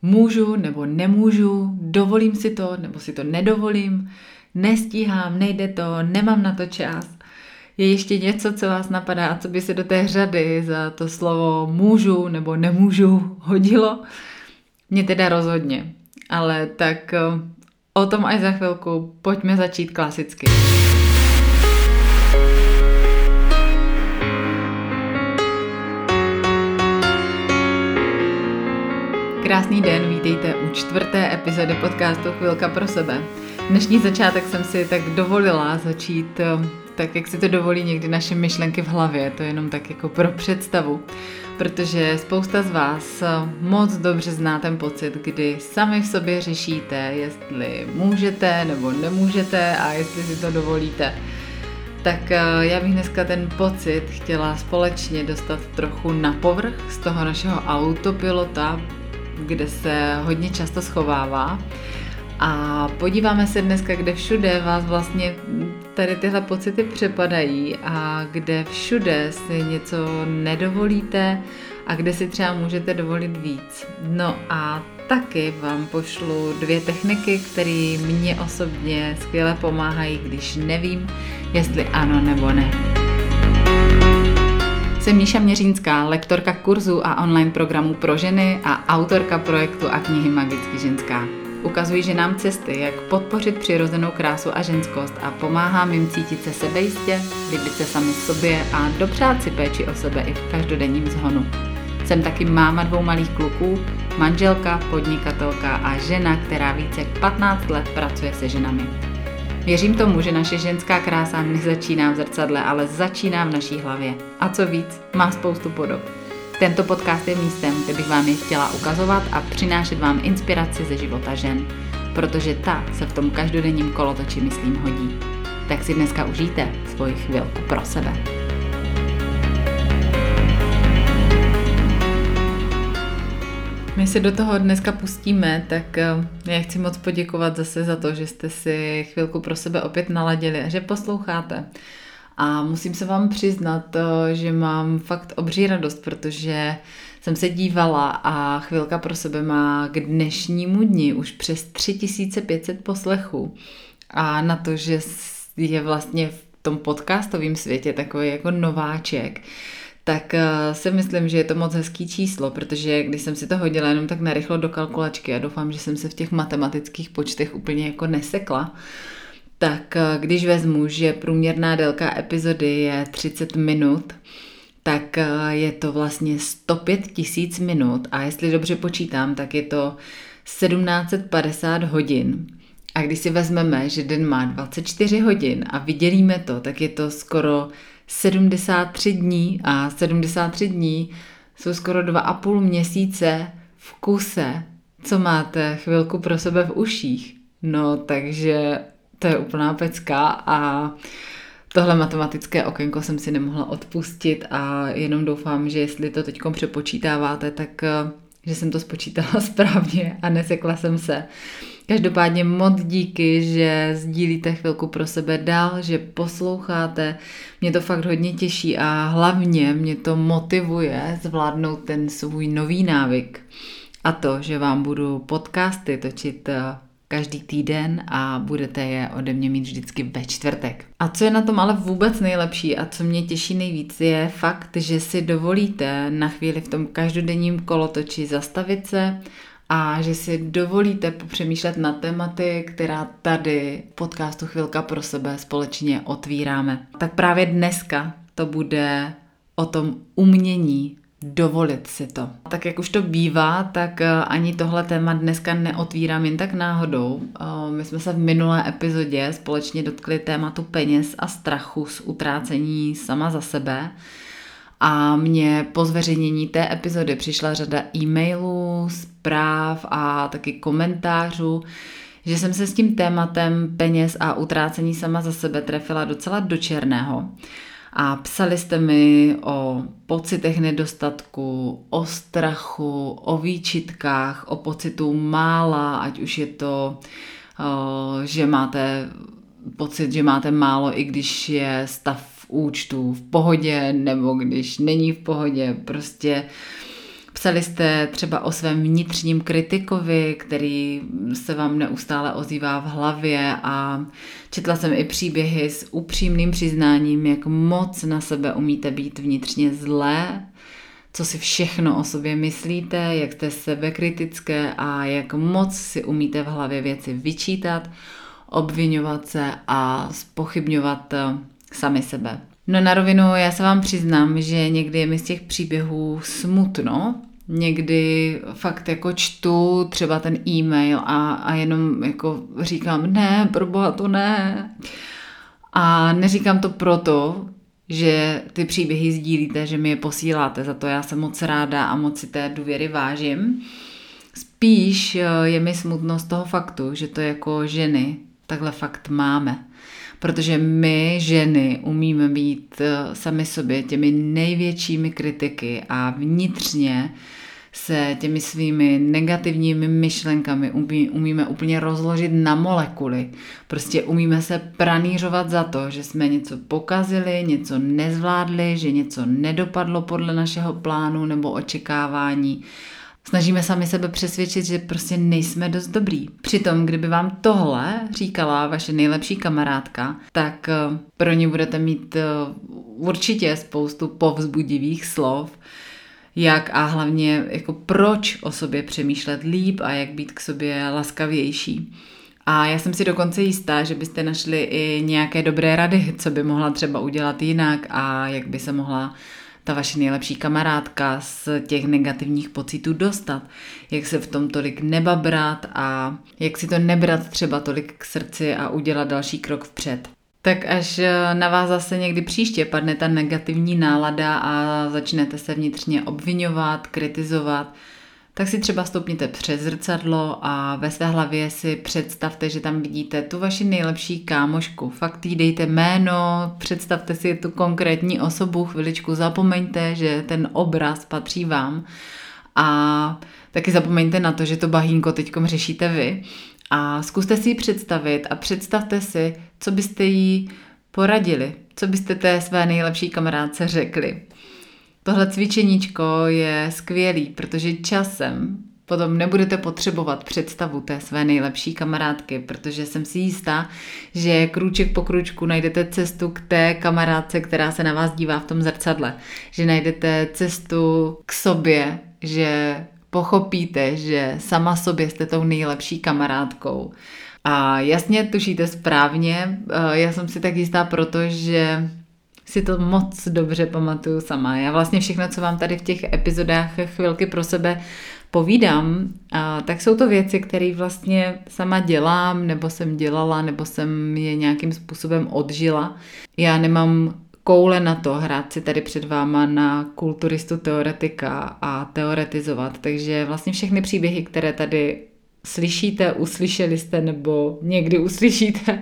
můžu nebo nemůžu, dovolím si to nebo si to nedovolím, nestíhám, nejde to, nemám na to čas. Je ještě něco, co vás napadá a co by se do té řady za to slovo můžu nebo nemůžu hodilo? Mně teda rozhodně, ale tak o tom až za chvilku, pojďme začít klasicky. Krásný den, vítejte u 4. epizody podcastu Chvilka pro sebe. Dnešní začátek jsem si tak dovolila začít tak, jak si to dovolí někdy naše myšlenky v hlavě, to je jenom tak jako pro představu, protože spousta z vás moc dobře zná ten pocit, kdy sami v sobě řešíte, jestli můžete nebo nemůžete a jestli si to dovolíte. Tak já bych dneska ten pocit chtěla společně dostat trochu na povrch z toho našeho autopilota, kde se hodně často schovává. A podíváme se dneska, kde všude vás vlastně tady tyhle pocity přepadají a kde všude si něco nedovolíte a kde si třeba můžete dovolit víc. No a taky vám pošlu 2 techniky, které mě osobně skvěle pomáhají, když nevím, jestli ano nebo ne. Jsem Míša Měřínská, lektorka kurzů a online programů pro ženy a autorka projektu a knihy Magicky ženská. Ukazuji ženám cesty, jak podpořit přirozenou krásu a ženskost a pomáhám jim cítit se sebejistě, líbit se sami sobě a dopřát si péči o sebe i v každodenním zhonu. Jsem taky máma 2 malých kluků, manželka, podnikatelka a žena, která více jak 15 let pracuje se ženami. Věřím tomu, že naše ženská krása nezačíná v zrcadle, ale začíná v naší hlavě. A co víc, má spoustu podob. Tento podcast je místem, kde bych vám je chtěla ukazovat a přinášet vám inspiraci ze života žen, protože ta se v tom každodenním kolotoči, myslím, hodí. Tak si dneska užijte svoji chvilku pro sebe. My se do toho dneska pustíme, tak já chci moc poděkovat zase za to, že jste si chvilku pro sebe opět naladili a že posloucháte. A musím se vám přiznat, že mám fakt obří radost, protože jsem se dívala a Chvilka pro sebe má k dnešnímu dni už přes 3500 poslechů. A na to, že je vlastně v tom podcastovém světě takový jako nováček, tak si myslím, že je to moc hezký číslo, protože když jsem si to hodila jenom tak narychlo do kalkulačky a doufám, že jsem se v těch matematických počtech úplně jako nesekla, tak když vezmu, že průměrná délka epizody je 30 minut, tak je to vlastně 105 000 minut a jestli dobře počítám, tak je to 1750 hodin. A když si vezmeme, že den má 24 hodin a vydělíme to, tak je to skoro 73 dní a 73 dní jsou skoro 2,5 měsíce v kuse, co máte chvilku pro sebe v uších. No, takže to je úplná pecka a tohle matematické okénko jsem si nemohla odpustit a jenom doufám, že jestli to teďkom přepočítáváte, tak že jsem to spočítala správně a nesekla jsem se. Každopádně moc díky, že sdílíte chvilku pro sebe dál, že posloucháte. Mě to fakt hodně těší a hlavně mě to motivuje zvládnout ten svůj nový návyk. A to, že vám budu podcasty točit každý týden a budete je ode mě mít vždycky ve čtvrtek. A co je na tom ale vůbec nejlepší a co mě těší nejvíc je fakt, že si dovolíte na chvíli v tom každodenním kolotoči zastavit se a že si dovolíte popřemýšlet na tématy, která tady v podcastu Chvilka pro sebe společně otvíráme. Tak právě dneska to bude o tom umění dovolit si to. Tak jak už to bývá, tak ani tohle téma dneska neotvírám jen tak náhodou. My jsme se v minulé epizodě společně dotkli tématu peněz a strachu z utrácení sama za sebe. A mně po zveřejnění té epizody přišla řada e-mailů, zpráv a taky komentářů, že jsem se s tím tématem peněz a utrácení sama za sebe trefila docela do černého. A psali jste mi o pocitech nedostatku, o strachu, o výčitkách, o pocitu mála, ať už je to, že máte pocit, že máte málo, i když je stav účtu v pohodě, nebo když není v pohodě. Prostě Psali jste třeba o svém vnitřním kritikovi, který se vám neustále ozývá v hlavě, a četla jsem i příběhy s upřímným přiznáním, jak moc na sebe umíte být vnitřně zlé, co si všechno o sobě myslíte, jak jste sebekritické a jak moc si umíte v hlavě věci vyčítat, obviňovat se a zpochybňovat sami sebe. No na rovinu, já se vám přiznám, že někdy je mi z těch příběhů smutno, někdy fakt jako čtu třeba ten e-mail a jenom jako říkám, ne, proboha to ne. A neříkám to proto, že ty příběhy sdílíte, že mi je posíláte, za to já jsem moc ráda a moc si té důvěry vážím. Spíš je mi smutno z toho faktu, že to jako ženy takhle fakt máme. Protože my, ženy, umíme být sami sobě těmi největšími kritiky a vnitřně se těmi svými negativními myšlenkami umíme úplně rozložit na molekuly. Prostě umíme se pranířovat za to, že jsme něco pokazili, něco nezvládli, že něco nedopadlo podle našeho plánu nebo očekávání. Snažíme sami sebe přesvědčit, že prostě nejsme dost dobrý. Přitom, kdyby vám tohle říkala vaše nejlepší kamarádka, tak pro ní budete mít určitě spoustu povzbudivých slov, jak a hlavně jako proč o sobě přemýšlet líp a jak být k sobě laskavější. A já jsem si dokonce jistá, že byste našli i nějaké dobré rady, co by mohla třeba udělat jinak a jak by se mohla ta vaše nejlepší kamarádka z těch negativních pocitů dostat, jak se v tom tolik nebabrat a jak si to nebrat třeba tolik k srdci a udělat další krok vpřed. Tak až na vás zase někdy příště padne ta negativní nálada a začnete se vnitřně obviňovat, kritizovat, tak si třeba stoupněte před zrcadlo a ve své hlavě si představte, že tam vidíte tu vaši nejlepší kámošku. Fakt jí dejte jméno, představte si tu konkrétní osobu, chviličku zapomeňte, že ten obraz patří vám a taky zapomeňte na to, že to bahínko teďkom řešíte vy a zkuste si ji představit a představte si, co byste jí poradili, co byste té své nejlepší kamarádce řekli. Tohle cvičeníčko je skvělý, protože časem potom nebudete potřebovat představu té své nejlepší kamarádky, protože jsem si jistá, že krůček po krůčku najdete cestu k té kamarádce, která se na vás dívá v tom zrcadle. Že najdete cestu k sobě, že pochopíte, že sama sobě jste tou nejlepší kamarádkou. A jasně tušíte správně, já jsem si tak jistá, protože si to moc dobře pamatuju sama. Já vlastně všechno, co vám tady v těch epizodách chvilky pro sebe povídám, tak jsou to věci, které vlastně sama dělám, nebo jsem dělala, nebo jsem je nějakým způsobem odžila. Já nemám koule na to hrát si tady před váma na kulturistu teoretika a teoretizovat, takže vlastně všechny příběhy, které tady slyšíte, uslyšeli jste nebo někdy uslyšíte,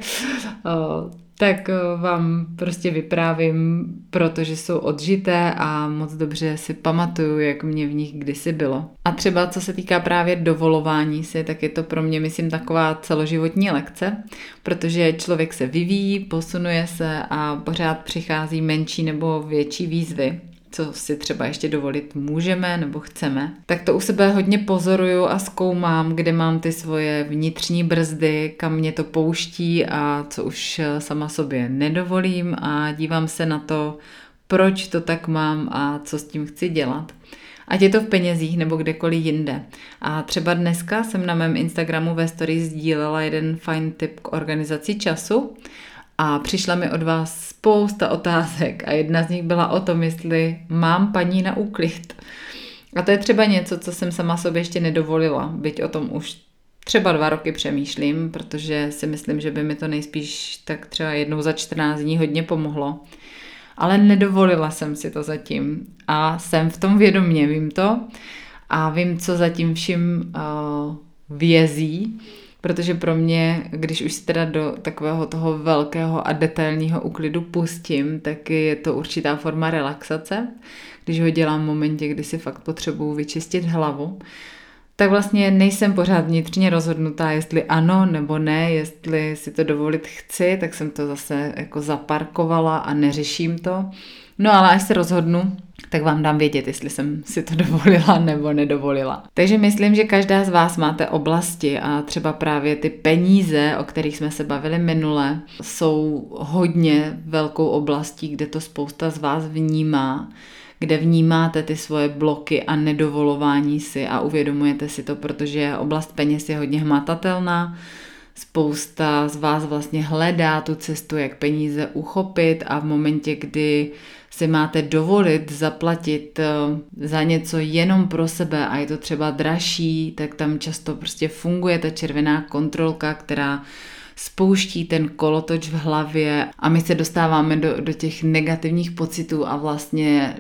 tak vám prostě vyprávím, protože jsou odžité a moc dobře si pamatuju, jak mě v nich kdysi bylo. A třeba co se týká právě dovolování si, tak je to pro mě, myslím, taková celoživotní lekce, protože člověk se vyvíjí, posunuje se a pořád přichází menší nebo větší výzvy, co si třeba ještě dovolit můžeme nebo chceme, tak to u sebe hodně pozoruju a zkoumám, kde mám ty svoje vnitřní brzdy, kam mě to pouští a co už sama sobě nedovolím a dívám se na to, proč to tak mám a co s tím chci dělat. Ať je to v penězích nebo kdekoliv jinde. A třeba dneska jsem na mém Instagramu ve stories sdílela jeden fajn tip k organizaci času a přišla mi od vás spousta otázek a jedna z nich byla o tom, jestli mám paní na úklid. A to je třeba něco, co jsem sama sobě ještě nedovolila, byť o tom už třeba 2 roky přemýšlím, protože si myslím, že by mi to nejspíš tak třeba jednou za 14 dní hodně pomohlo. Ale nedovolila jsem si to zatím a jsem v tom vědomě, vím to a vím, co zatím vším vězí, protože pro mě, když už se teda do takového toho velkého a detailního úklidu pustím, tak je to určitá forma relaxace, když ho dělám v momentě, kdy si fakt potřebuji vyčistit hlavu. tak vlastně nejsem pořád vnitřně rozhodnutá, jestli ano nebo ne, jestli si to dovolit chci, tak jsem to zase jako zaparkovala a neřeším to. No ale až se rozhodnu, tak vám dám vědět, jestli jsem si to dovolila nebo nedovolila. Takže myslím, že každá z vás máte oblasti a třeba právě ty peníze, o kterých jsme se bavili minule, jsou hodně velkou oblastí, kde to spousta z vás vnímá, kde vnímáte ty svoje bloky a nedovolování si a uvědomujete si to, protože oblast peněz je hodně hmatatelná. Spousta z vás vlastně hledá tu cestu, jak peníze uchopit a v momentě, kdy si máte dovolit zaplatit za něco jenom pro sebe a je to třeba dražší, tak tam často prostě funguje ta červená kontrolka, která spouští ten kolotoč v hlavě a my se dostáváme do těch negativních pocitů a vlastně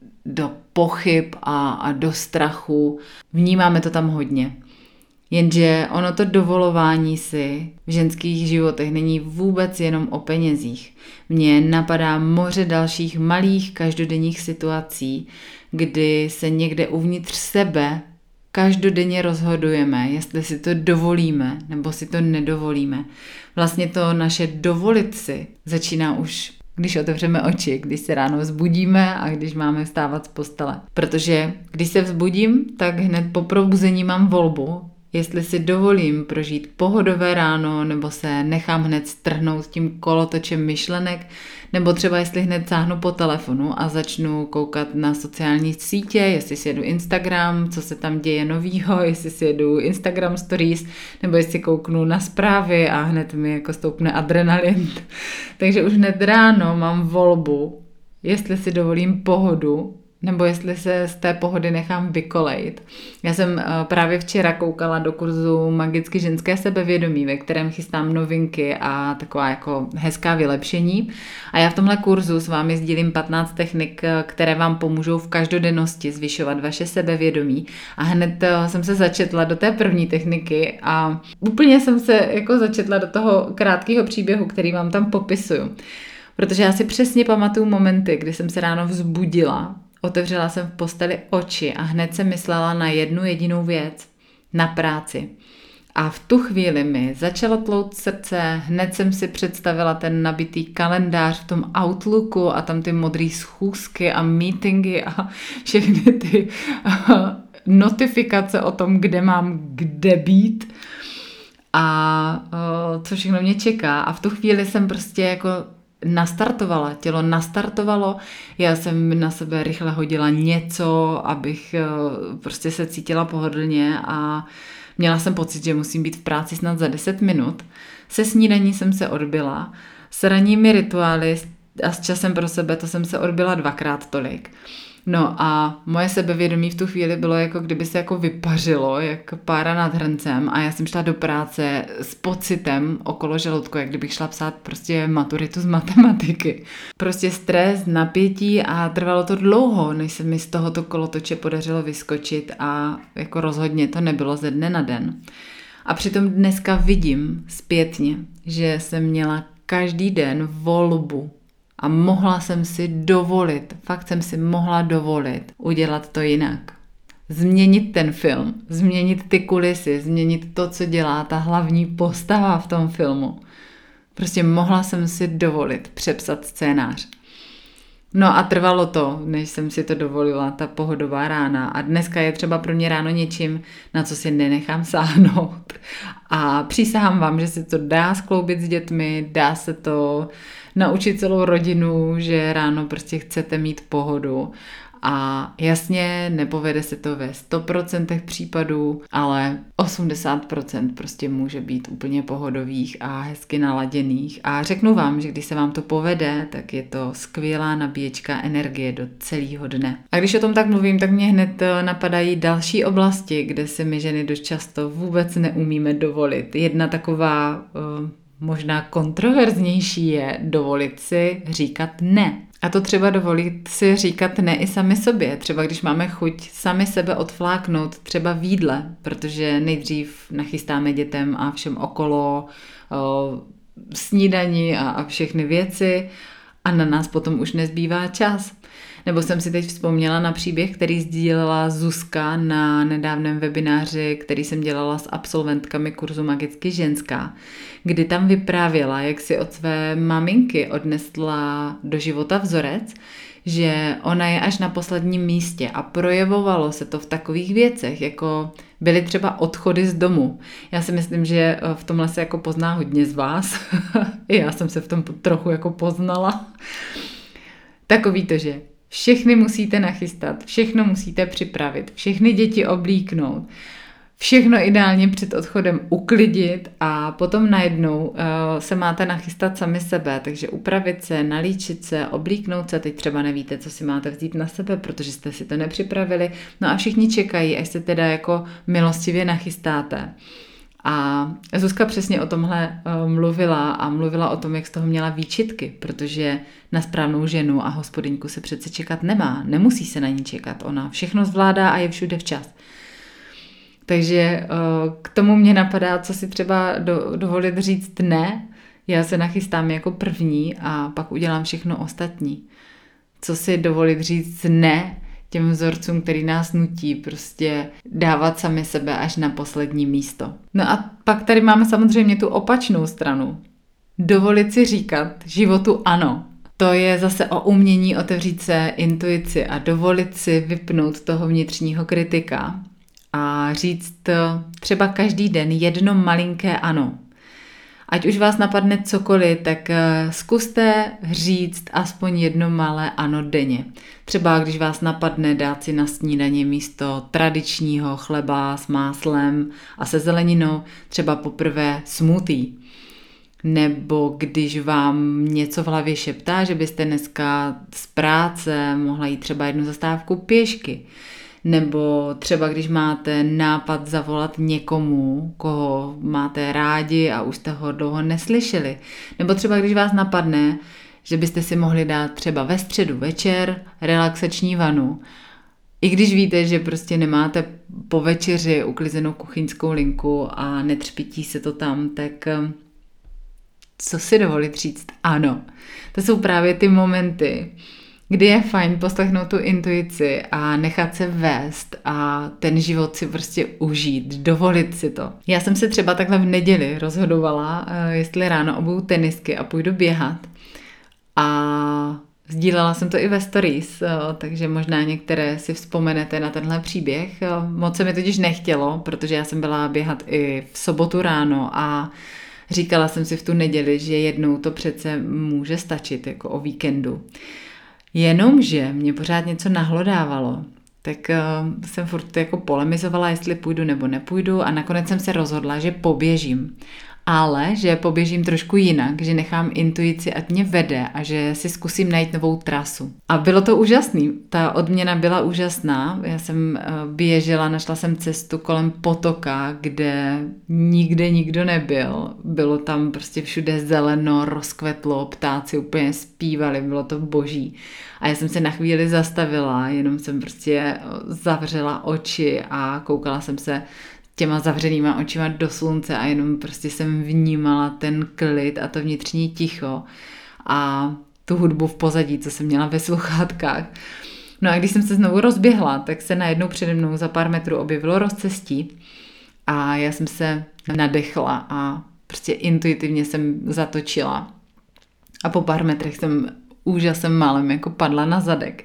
do pochyb a do strachu. Vnímáme to tam hodně. Jenže ono to dovolování si v ženských životech není vůbec jenom o penězích. Mně napadá moře dalších malých každodenních situací, kdy se někde uvnitř sebe každodenně rozhodujeme, jestli si to dovolíme nebo si to nedovolíme. Vlastně to naše dovolit si začíná už, když otevřeme oči, když se ráno vzbudíme a když máme vstávat z postele. Protože když se vzbudím, tak hned po probuzení mám volbu, jestli si dovolím prožít pohodové ráno, nebo se nechám hned strhnout tím kolotočem myšlenek, nebo třeba jestli hned sáhnu po telefonu a začnu koukat na sociální sítě, jestli si jedu Instagram, co se tam děje novýho, jestli si jedu Instagram stories, nebo jestli kouknu na zprávy a hned mi jako stoupne adrenalin. Takže už hned ráno mám volbu, jestli si dovolím pohodu, nebo jestli se z té pohody nechám vykolejit. Já jsem právě včera koukala do kurzu Magicky ženské sebevědomí, ve kterém chystám novinky a taková jako hezká vylepšení. A já v tomhle kurzu s vámi sdílím 15 technik, které vám pomůžou v každodennosti zvyšovat vaše sebevědomí. A hned jsem se začetla do té první techniky a úplně jsem se jako začetla do toho krátkého příběhu, který vám tam popisuju. Protože já si přesně pamatuju momenty, kdy jsem se ráno vzbudila, otevřela jsem v posteli oči a hned jsem myslela na jednu jedinou věc, na práci. A v tu chvíli mi začalo tlout srdce, hned jsem si představila ten nabitý kalendář v tom Outlooku a tam ty modrý schůzky a meetingy a všechny ty notifikace o tom, kde mám kde být a co všechno mě čeká. A v tu chvíli jsem prostě jako nastartovala, tělo nastartovalo, já jsem na sebe rychle hodila něco, abych prostě se cítila pohodlně a měla jsem pocit, že musím být v práci snad za 10 minut. Se snídaní jsem se odbyla, s ranními rituály a s časem pro sebe, to jsem se odbyla 2x tolik. No a moje sebevědomí v tu chvíli bylo jako kdyby se jako vypařilo, jak pára nad hrncem a já jsem šla do práce s pocitem okolo žaludku, jak kdybych šla psát prostě maturitu z matematiky. Prostě stres, napětí a trvalo to dlouho, než se mi z tohoto kolotoče podařilo vyskočit a jako rozhodně to nebylo ze dne na den. A přitom dneska vidím zpětně, že jsem měla každý den volbu a mohla jsem si dovolit, fakt jsem si mohla dovolit udělat to jinak. Změnit ten film, změnit ty kulisy, změnit to, co dělá ta hlavní postava v tom filmu. Prostě mohla jsem si dovolit přepsat scénář. No a trvalo to, než jsem si to dovolila, ta pohodová rána. A dneska je třeba pro mě ráno něčím, na co si nenechám sáhnout. A přísahám vám, že se to dá skloubit s dětmi, dá se to naučit celou rodinu, že ráno prostě chcete mít pohodu. A jasně, nepovede se to ve 100% případů, ale 80% prostě může být úplně pohodových a hezky naladěných. A řeknu vám, že když se vám to povede, tak je to skvělá nabíječka energie do celého dne. A když o tom tak mluvím, tak mě hned napadají další oblasti, kde si my ženy dost často vůbec neumíme dovolit. Jedna taková možná kontroverznější je dovolit si říkat ne. A to třeba dovolit si říkat ne i sami sobě. Třeba když máme chuť sami sebe odfláknout třeba v jídle, protože nejdřív nachystáme dětem a všem okolo snídani a všechny věci a na nás potom už nezbývá čas. Nebo jsem si teď vzpomněla na příběh, který sdílela Zuzka na nedávném webináři, který jsem dělala s absolventkami kurzu Magicky ženská, kdy tam vyprávěla, jak si od své maminky odnesla do života vzorec, že ona je až na posledním místě a projevovalo se to v takových věcech, jako byly třeba odchody z domu. Já si myslím, že v tomhle se jako pozná hodně z vás. I já jsem se v tom trochu jako poznala. Takový to, že všechny musíte nachystat, všechno musíte připravit, všechny děti oblíknout, všechno ideálně před odchodem uklidit a potom najednou se máte nachystat sami sebe, takže upravit se, nalíčit se, oblíknout se, teď třeba nevíte, co si máte vzít na sebe, protože jste si to nepřipravili, no a všichni čekají, až se teda jako milostivě nachystáte. A Zuzka přesně o tomhle mluvila a mluvila o tom, jak z toho měla výčitky, protože na správnou ženu a hospodyňku se přece čekat nemá, nemusí se na ní čekat, ona všechno zvládá a je všude včas. Takže k tomu mě napadá, co si třeba dovolit říct ne, já se nachystám jako první a pak udělám všechno ostatní. Co si dovolit říct ne těm vzorcům, který nás nutí prostě dávat sami sebe až na poslední místo. No a pak tady máme samozřejmě tu opačnou stranu. Dovolit si říkat životu ano. To je zase o umění otevřít se intuici a dovolit si vypnout toho vnitřního kritika a říct třeba každý den jedno malinké ano. Ať už vás napadne cokoliv, tak zkuste říct aspoň jedno malé ano denně. Třeba když vás napadne dát si na snídani místo tradičního chleba s máslem a se zeleninou třeba poprvé smoothie. Nebo když vám něco v hlavě šeptá, že byste dneska z práce mohla jít třeba jednu zastávku pěšky. Nebo třeba když máte nápad zavolat někomu, koho máte rádi a už jste ho dlouho neslyšeli. Nebo třeba když vás napadne, že byste si mohli dát třeba ve středu večer relaxační vanu. I když víte, že prostě nemáte po večeři uklizenou kuchyňskou linku a netřpití se to tam, tak co si dovolit říct? Ano, to jsou právě ty momenty, kdy je fajn poslechnout tu intuici a nechat se vést a ten život si prostě užít, dovolit si to. Já jsem se třeba takhle v neděli rozhodovala, jestli ráno obuju tenisky a půjdu běhat. A sdílela jsem to i ve stories, takže možná některé si vzpomenete na tenhle příběh. Moc se mi totiž nechtělo, protože já jsem byla běhat i v sobotu ráno a říkala jsem si v tu neděli, že jednou to přece může stačit, jako o víkendu. Jenomže mě pořád něco nahlodávalo, tak jsem furt jako polemizovala, jestli půjdu nebo nepůjdu a nakonec jsem se rozhodla, že poběžím. Ale že poběžím trošku jinak, že nechám intuici, ať mě vede a že si zkusím najít novou trasu. A bylo to úžasný, ta odměna byla úžasná. Já jsem běžela, našla jsem cestu kolem potoka, kde nikde nikdo nebyl. Bylo tam prostě všude zeleno, rozkvetlo, ptáci úplně zpívali, bylo to boží. A já jsem se na chvíli zastavila, jenom jsem prostě zavřela oči a koukala jsem se těma zavřenýma očima do slunce a jenom prostě jsem vnímala ten klid a to vnitřní ticho a tu hudbu v pozadí, co jsem měla ve sluchátkách. No a když jsem se znovu rozběhla, tak se najednou přede mnou za pár metrů objevilo rozcestí a já jsem se nadechla a prostě intuitivně jsem zatočila. A po pár metrech jsem úžasem málem jako padla na zadek.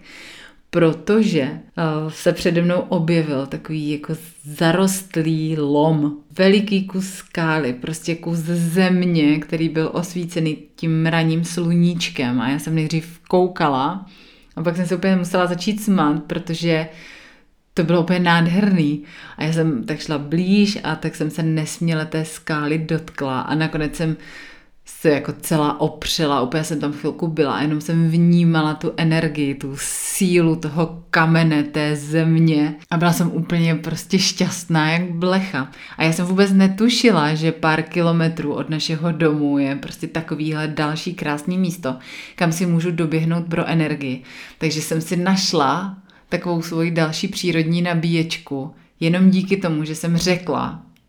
Protože se přede mnou objevil takový jako zarostlý lom, veliký kus skály, prostě kus země, který byl osvícený tím ranním sluníčkem a já jsem nejdřív koukala a pak jsem se úplně musela začít smát, protože to bylo úplně nádherný a já jsem tak šla blíž a tak jsem se nesměle té skály dotkla a nakonec jsem se jako celá opřela, úplně jsem tam chvilku byla a jenom jsem vnímala tu energii, tu sílu toho kamene, té země a byla jsem úplně prostě šťastná jak blecha. A já jsem vůbec netušila, že pár kilometrů od našeho domu je prostě takovýhle další krásný místo, kam si můžu doběhnout pro energii. Takže jsem si našla takovou svoji další přírodní nabíječku, jenom díky tomu, že jsem řekla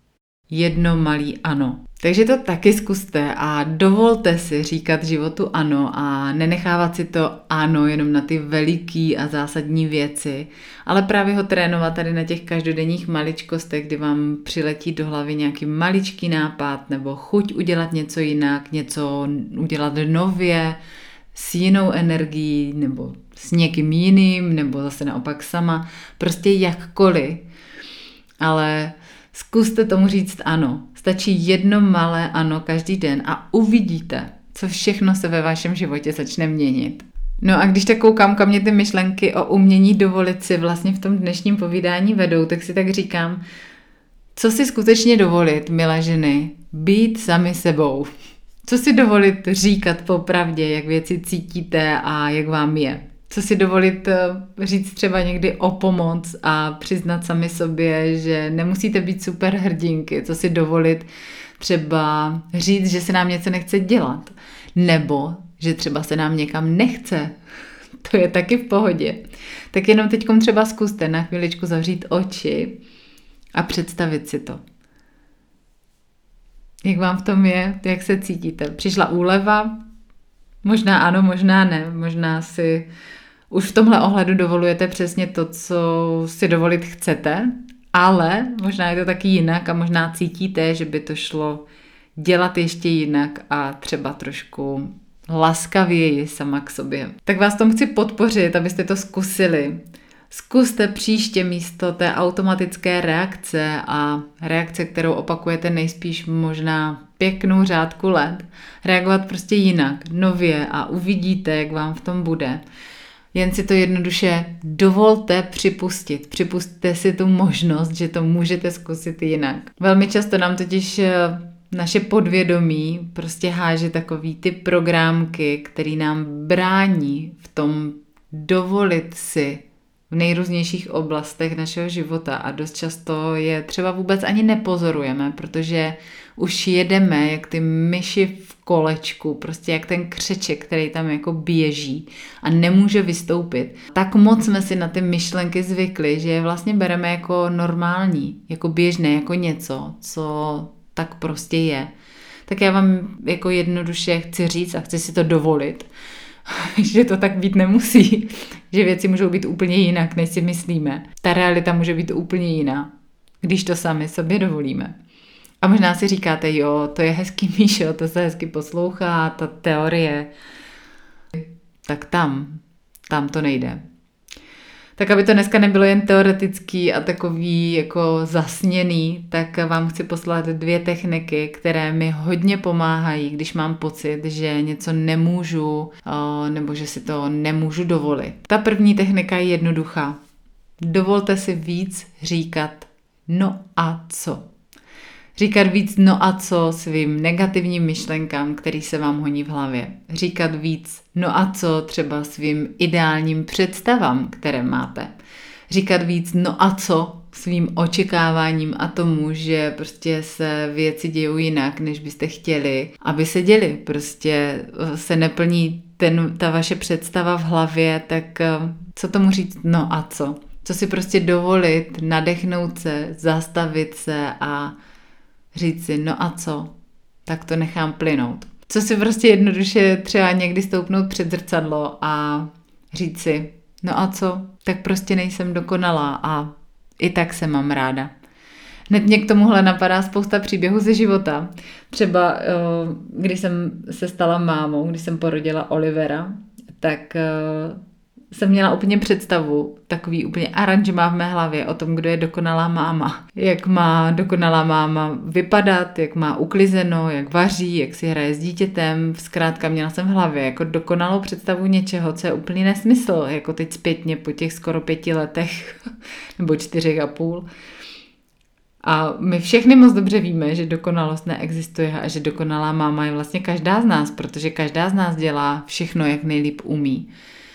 jedno malý ano. Takže to taky zkuste a dovolte si říkat životu ano a nenechávat si to ano jenom na ty veliký a zásadní věci, ale právě ho trénovat tady na těch každodenních maličkostech, kdy vám přiletí do hlavy nějaký maličký nápad nebo chuť udělat něco jinak, něco udělat nově, s jinou energií nebo s někým jiným nebo zase naopak sama, prostě jakkoliv, ale zkuste tomu říct ano. Stačí jedno malé ano každý den a uvidíte, co všechno se ve vašem životě začne měnit. No a když tak koukám, kam mě ty myšlenky o umění dovolit si vlastně v tom dnešním povídání vedou, tak si tak říkám, co si skutečně dovolit, milé ženy, být sami sebou. Co si dovolit říkat popravdě, jak věci cítíte a jak vám je. Co si dovolit říct třeba někdy o pomoc a přiznat sami sobě, že nemusíte být super hrdinky. Co si dovolit třeba říct, že se nám něco nechce dělat. Nebo že třeba se nám někam nechce. To je taky v pohodě. Tak jenom teďkom třeba zkuste na chviličku zavřít oči a představit si to. Jak vám v tom je? Jak se cítíte? Přišla úleva? Možná ano, možná ne. Možná si už v tomhle ohledu dovolujete přesně to, co si dovolit chcete, ale možná je to taky jinak a možná cítíte, že by to šlo dělat ještě jinak a třeba trošku laskavěji sama k sobě. Tak vás tom chci podpořit, abyste to zkusili. Zkuste příště místo té automatické reakce a reakce, kterou opakujete nejspíš možná pěknou řádku let, reagovat prostě jinak, nově a uvidíte, jak vám v tom bude. Jen si to jednoduše dovolte připustit. Připusťte si tu možnost, že to můžete zkusit jinak. Velmi často nám totiž naše podvědomí prostě háže takový ty programky, který nám brání v tom dovolit si v nejrůznějších oblastech našeho života a dost často je třeba vůbec ani nepozorujeme, protože už jedeme jak ty myši v kolečku, prostě jak ten křeček, který tam jako běží a nemůže vystoupit. Tak moc jsme si na ty myšlenky zvykli, že je vlastně bereme jako normální, jako běžné, jako něco, co tak prostě je. Tak já vám jako jednoduše chci říct a chci si to dovolit, že to tak být nemusí, že věci můžou být úplně jinak, než si myslíme. Ta realita může být úplně jiná, když to sami sobě dovolíme. A možná si říkáte, jo, to je hezký, Míšo, to se hezky poslouchá, ta teorie. Tak tam to nejde. Tak aby to dneska nebylo jen teoretický a takový jako zasněný, tak vám chci poslat 2 techniky, které mi hodně pomáhají, když mám pocit, že něco nemůžu nebo že si to nemůžu dovolit. Ta první technika je jednoduchá. Dovolte si víc říkat no a co. Říkat víc no a co svým negativním myšlenkám, který se vám honí v hlavě. Říkat víc no a co třeba svým ideálním představám, které máte. Říkat víc no a co svým očekáváním a tomu, že prostě se věci dějou jinak, než byste chtěli, aby se děly. Prostě se neplní ta vaše představa v hlavě, tak co tomu říct no a co? Co si prostě dovolit, nadechnout se, zastavit se a říct si, no a co? Tak to nechám plynout. Co si prostě jednoduše třeba někdy stoupnout před zrcadlo a říct si, no a co? Tak prostě nejsem dokonalá a i tak se mám ráda. Hned mě k tomuhle napadá spousta příběhů ze života. Třeba když jsem se stala mámou, když jsem porodila Olivera, tak jsem měla úplně představu, takový úplně aranžmá v mé hlavě o tom, kdo je dokonalá máma. Jak má dokonalá máma vypadat, jak má uklizeno, jak vaří, jak si hraje s dítětem. Zkrátka měla jsem v hlavě jako dokonalou představu něčeho, co je úplný nesmysl, jako teď zpětně po těch skoro 5 letech, nebo 4,5. A my všechny moc dobře víme, že dokonalost neexistuje a že dokonalá máma je vlastně každá z nás, protože každá z nás dělá všechno, jak nejlíp umí.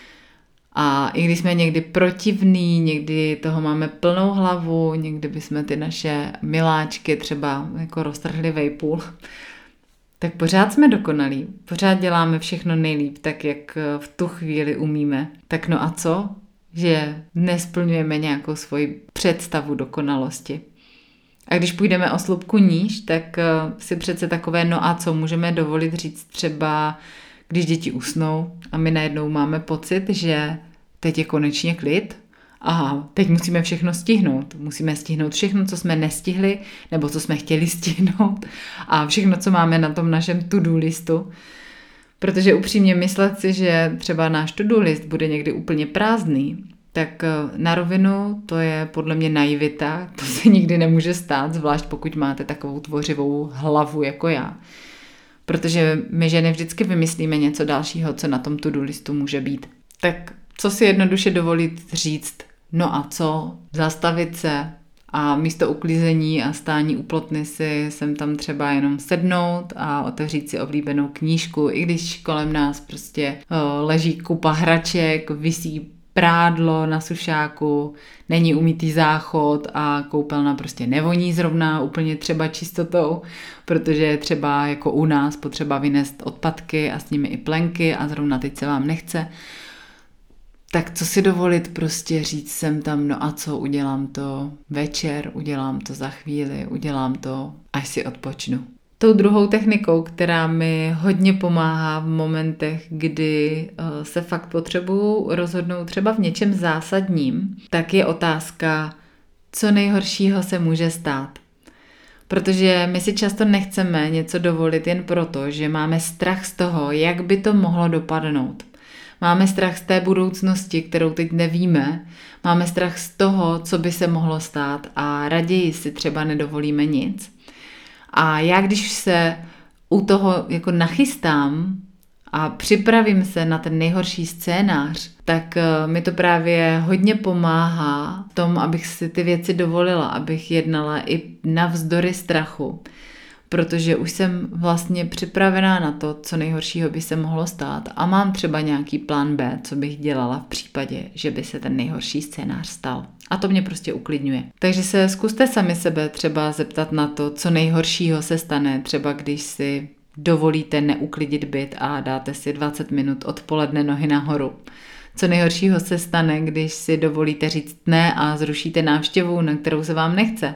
A i když jsme někdy protivní, někdy toho máme plnou hlavu, někdy bychom ty naše miláčky třeba jako roztrhli vejpůl, tak pořád jsme dokonalí, pořád děláme všechno nejlíp, tak jak v tu chvíli umíme. Tak no a co? Že nesplňujeme nějakou svoji představu dokonalosti. A když půjdeme o slupku níž, tak si přece takové no a co můžeme dovolit říct třeba, když děti usnou a my najednou máme pocit, že teď je konečně klid, aha, teď musíme všechno stihnout. Musíme stihnout všechno, co jsme nestihli, nebo co jsme chtěli stihnout a všechno, co máme na tom našem to-do listu. Protože upřímně myslet si, že třeba náš to-do list bude někdy úplně prázdný, tak na rovinu to je podle mě naivita, to se nikdy nemůže stát, zvlášť pokud máte takovou tvořivou hlavu jako já. Protože my ženy vždycky vymyslíme něco dalšího, co na tom to-do listu může být. Tak co si jednoduše dovolit říct, no a co, zastavit se a místo uklízení a stání u plotny si sem tam třeba jenom sednout a otevřít si oblíbenou knížku, i když kolem nás prostě leží kupa hraček, visí prádlo na sušáku, není umytý záchod a koupelna prostě nevoní zrovna úplně třeba čistotou, protože je třeba jako u nás potřeba vynést odpadky a s nimi i plenky a zrovna teď se vám nechce. Tak co si dovolit prostě říct sem tam, no a co, udělám to večer, udělám to za chvíli, udělám to, až si odpočnu. Tou druhou technikou, která mi hodně pomáhá v momentech, kdy se fakt potřebuju rozhodnout třeba v něčem zásadním, tak je otázka, co nejhoršího se může stát. Protože my si často nechceme něco dovolit jen proto, že máme strach z toho, jak by to mohlo dopadnout. Máme strach z té budoucnosti, kterou teď nevíme, máme strach z toho, co by se mohlo stát a raději si třeba nedovolíme nic. A já když se u toho jako nachystám a připravím se na ten nejhorší scénář, tak mi to právě hodně pomáhá v tom, abych si ty věci dovolila, abych jednala i navzdory strachu. Protože už jsem vlastně připravená na to, co nejhoršího by se mohlo stát a mám třeba nějaký plán B, co bych dělala v případě, že by se ten nejhorší scénář stal. A to mě prostě uklidňuje. Takže se zkuste sami sebe třeba zeptat na to, co nejhoršího se stane, třeba když si dovolíte neuklidit byt a dáte si 20 minut odpoledne nohy nahoru. Co nejhoršího se stane, když si dovolíte říct ne a zrušíte návštěvu, na kterou se vám nechce.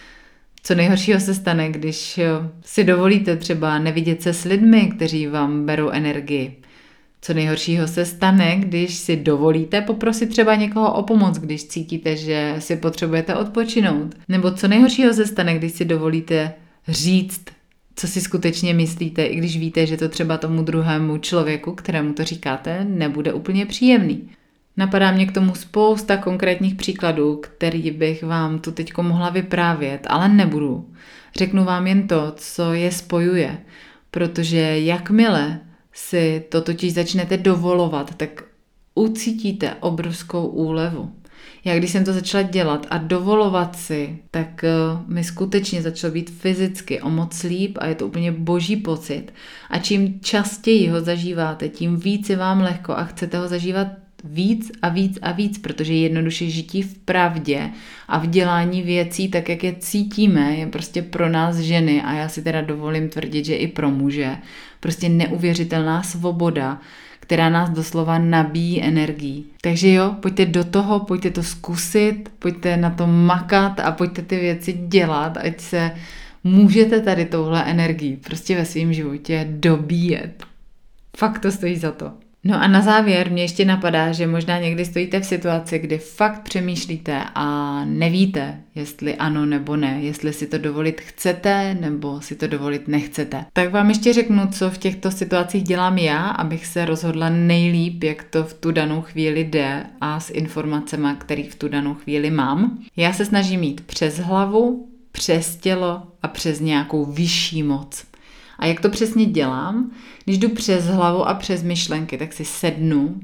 Co nejhoršího se stane, když si dovolíte třeba nevidět se s lidmi, kteří vám berou energii. Co nejhoršího se stane, když si dovolíte poprosit třeba někoho o pomoc, když cítíte, že si potřebujete odpočinout. Nebo co nejhoršího se stane, když si dovolíte říct, co si skutečně myslíte, i když víte, že to třeba tomu druhému člověku, kterému to říkáte, nebude úplně příjemný. Napadá mě k tomu spousta konkrétních příkladů, který bych vám tu teďko mohla vyprávět, ale nebudu. Řeknu vám jen to, co je spojuje, protože jakmile si to totiž začnete dovolovat, tak ucítíte obrovskou úlevu. Já když jsem to začala dělat a dovolovat si, tak mi skutečně začalo být fyzicky o moc líp a je to úplně boží pocit. A čím častěji ho zažíváte, tím víc je vám lehko a chcete ho zažívat víc a víc a víc, protože jednoduše žití v pravdě a v dělání věcí, tak jak je cítíme, je prostě pro nás ženy a já si teda dovolím tvrdit, že i pro muže, prostě neuvěřitelná svoboda, která nás doslova nabíjí energií. Takže jo, pojďte do toho, pojďte to zkusit, pojďte na to makat a pojďte ty věci dělat, ať se můžete tady touhle energií prostě ve svém životě dobíjet. Fakt to stojí za to. No a na závěr mě ještě napadá, že možná někdy stojíte v situaci, kdy fakt přemýšlíte a nevíte, jestli ano nebo ne, jestli si to dovolit chcete nebo si to dovolit nechcete. Tak vám ještě řeknu, co v těchto situacích dělám já, abych se rozhodla nejlíp, jak to v tu danou chvíli jde a s informacemi, které v tu danou chvíli mám. Já se snažím jít přes hlavu, přes tělo a přes nějakou vyšší moc. A jak to přesně dělám? Když jdu přes hlavu a přes myšlenky, tak si sednu,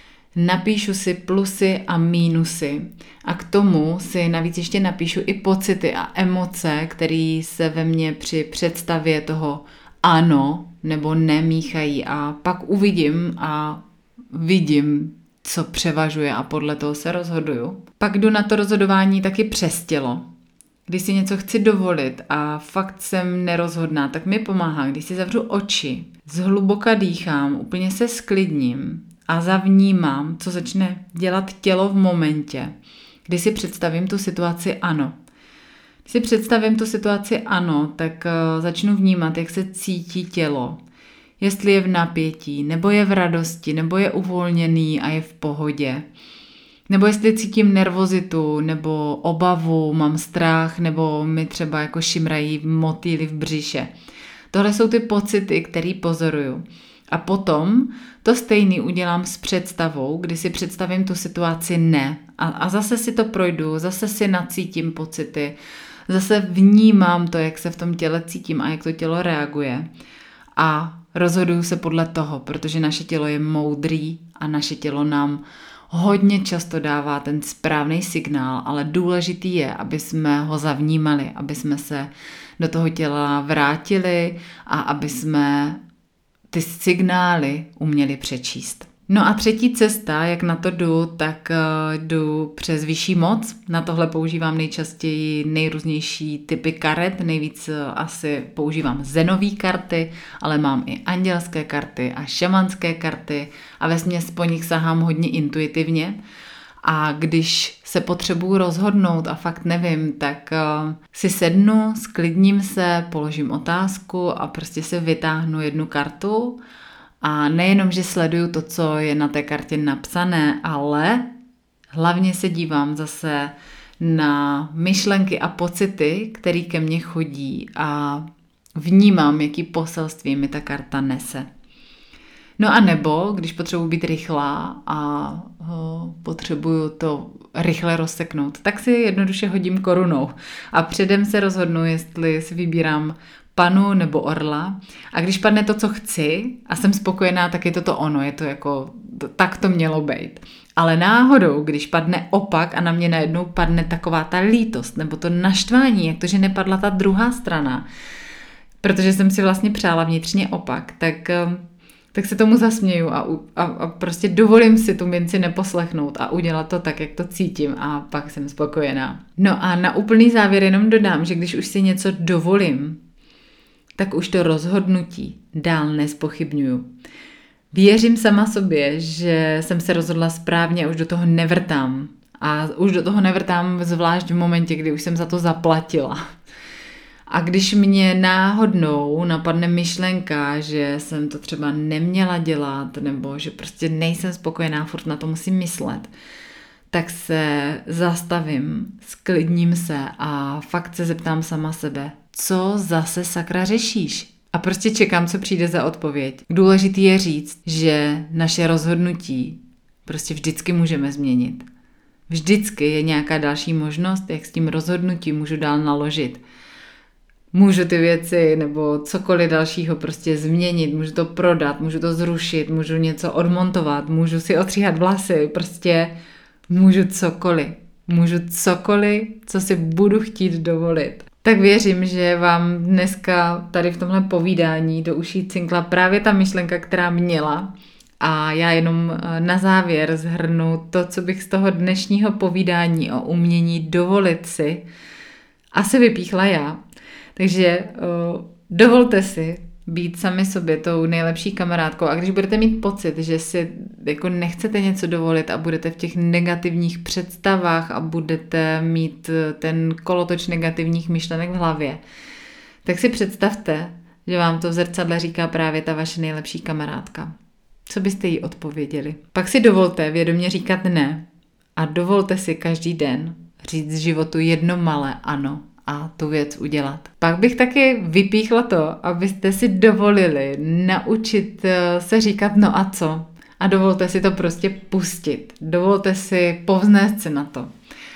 napíšu si plusy a mínusy a k tomu si navíc ještě napíšu i pocity a emoce, které se ve mně při představě toho ano nebo nemíchají a pak uvidím a vidím, co převažuje a podle toho se rozhoduju. Pak jdu na to rozhodování taky přes tělo. Když si něco chci dovolit a fakt jsem nerozhodná, tak mi pomáhá, když si zavřu oči, zhluboka dýchám, úplně se sklidním a zavnímám, co začne dělat tělo v momentě, kdy si představím tu situaci ano. Když si představím tu situaci ano, tak začnu vnímat, jak se cítí tělo. Jestli je v napětí, nebo je v radosti, nebo je uvolněný a je v pohodě. Nebo jestli cítím nervozitu, nebo obavu, mám strach, nebo mi třeba jako šimrají motýly v břiše. Tohle jsou ty pocity, které pozoruju. A potom to stejný udělám s představou, kdy si představím tu situaci ne. A zase si to projdu, zase si nacítím pocity, zase vnímám to, jak se v tom těle cítím a jak to tělo reaguje. A rozhoduju se podle toho, protože naše tělo je moudrý a naše tělo nám hodně často dává ten správný signál, ale důležitý je, aby jsme ho zavnímali, aby jsme se do toho těla vrátili a aby jsme ty signály uměli přečíst. No a třetí cesta, jak na to jdu, tak jdu přes vyšší moc. Na tohle používám nejčastěji nejrůznější typy karet, nejvíc asi používám zenové karty, ale mám i andělské karty a šamanské karty a vesměs po nich sahám hodně intuitivně. A když se potřebuju rozhodnout a fakt nevím, tak si sednu, sklidním se, položím otázku a prostě si vytáhnu jednu kartu. A nejenom, že sleduju to, co je na té kartě napsané, ale hlavně se dívám zase na myšlenky a pocity, které ke mně chodí a vnímám, jaký poselství mi ta karta nese. No a nebo, když potřebuji být rychlá a potřebuju to rychle rozseknout, tak si jednoduše hodím korunou a předem se rozhodnu, jestli si vybírám panu nebo orla. A když padne to, co chci a jsem spokojená, tak je to ono, je to jako, tak to mělo být. Ale náhodou, když padne opak a na mě najednou padne taková ta lítost nebo to naštvání, jak to, že nepadla ta druhá strana, protože jsem si vlastně přála vnitřně opak, tak se tomu zasměju a prostě dovolím si tu minci neposlechnout a udělat to tak, jak to cítím a pak jsem spokojená. No a na úplný závěr jenom dodám, že když už si něco dovolím, tak už to rozhodnutí dál nezpochybňuju. Věřím sama sobě, že jsem se rozhodla správně a už do toho nevrtám. A už do toho nevrtám zvlášť v momentě, kdy už jsem za to zaplatila. A když mě náhodnou napadne myšlenka, že jsem to třeba neměla dělat, nebo že prostě nejsem spokojená, furt na to musím myslet, tak se zastavím, sklidním se a fakt se zeptám sama sebe, co zase sakra řešíš? A prostě čekám, co přijde za odpověď. Důležitý je říct, že naše rozhodnutí prostě vždycky můžeme změnit. Vždycky je nějaká další možnost, jak s tím rozhodnutím můžu dál naložit. Můžu ty věci nebo cokoliv dalšího prostě změnit, můžu to prodat, můžu to zrušit, můžu něco odmontovat, můžu si otříhat vlasy, prostě můžu cokoliv. Můžu cokoliv, co si budu chtít dovolit. Tak věřím, že vám dneska tady v tomhle povídání do uší cinkla právě ta myšlenka, která měla. A já jenom na závěr shrnu to, co bych z toho dnešního povídání o umění dovolit si asi vypíchla já. Takže dovolte si být sami sobě tou nejlepší kamarádkou a když budete mít pocit, že si jako nechcete něco dovolit a budete v těch negativních představách a budete mít ten kolotoč negativních myšlenek v hlavě, tak si představte, že vám to v zrcadle říká právě ta vaše nejlepší kamarádka. Co byste jí odpověděli? Pak si dovolte vědomě říkat ne a dovolte si každý den říct z životu jedno malé ano a tu věc udělat. Pak bych taky vypíchla to, abyste si dovolili naučit se říkat no a co. A dovolte si to prostě pustit. Dovolte si povznést se na to.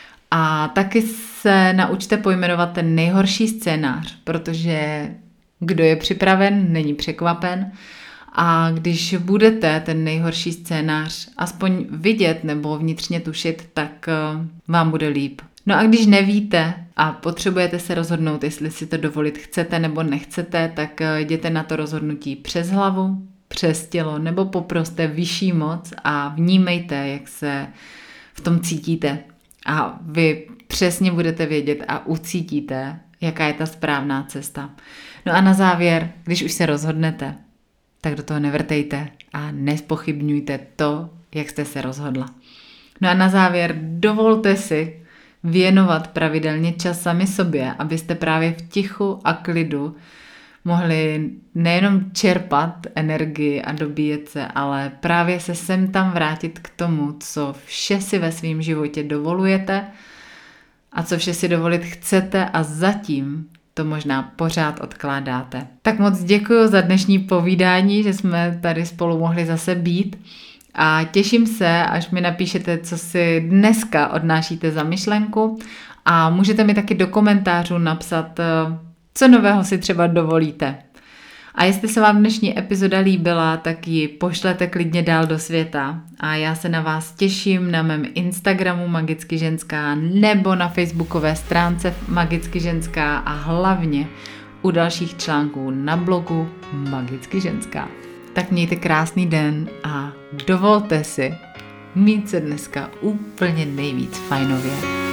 A taky se naučte pojmenovat ten nejhorší scénář, protože kdo je připraven, není překvapen. A když budete ten nejhorší scénář aspoň vidět nebo vnitřně tušit, tak vám bude líp. No a když nevíte a potřebujete se rozhodnout, jestli si to dovolit chcete nebo nechcete, tak jděte na to rozhodnutí přes hlavu, přes tělo nebo poproste vyšší moc a vnímejte, jak se v tom cítíte. A vy přesně budete vědět a ucítíte, jaká je ta správná cesta. No a na závěr, když už se rozhodnete, tak do toho nevrtejte a nezpochybňujte to, jak jste se rozhodla. No a na závěr dovolte si věnovat pravidelně čas sami sobě, abyste právě v tichu a klidu mohli nejenom čerpat energii a dobíjet se, ale právě se sem tam vrátit k tomu, co vše si ve svém životě dovolujete a co vše si dovolit chcete a zatím to možná pořád odkládáte. Tak moc děkuji za dnešní povídání, že jsme tady spolu mohli zase být a těším se, až mi napíšete, co si dneska odnášíte za myšlenku a můžete mi taky do komentářů napsat, co nového si třeba dovolíte. A jestli se vám dnešní epizoda líbila, tak ji pošlete klidně dál do světa. A já se na vás těším na mém Instagramu Magicky ženská nebo na facebookové stránce Magicky ženská a hlavně u dalších článků na blogu Magicky ženská. Tak mějte krásný den a dovolte si mít se dneska úplně nejvíc fajnově.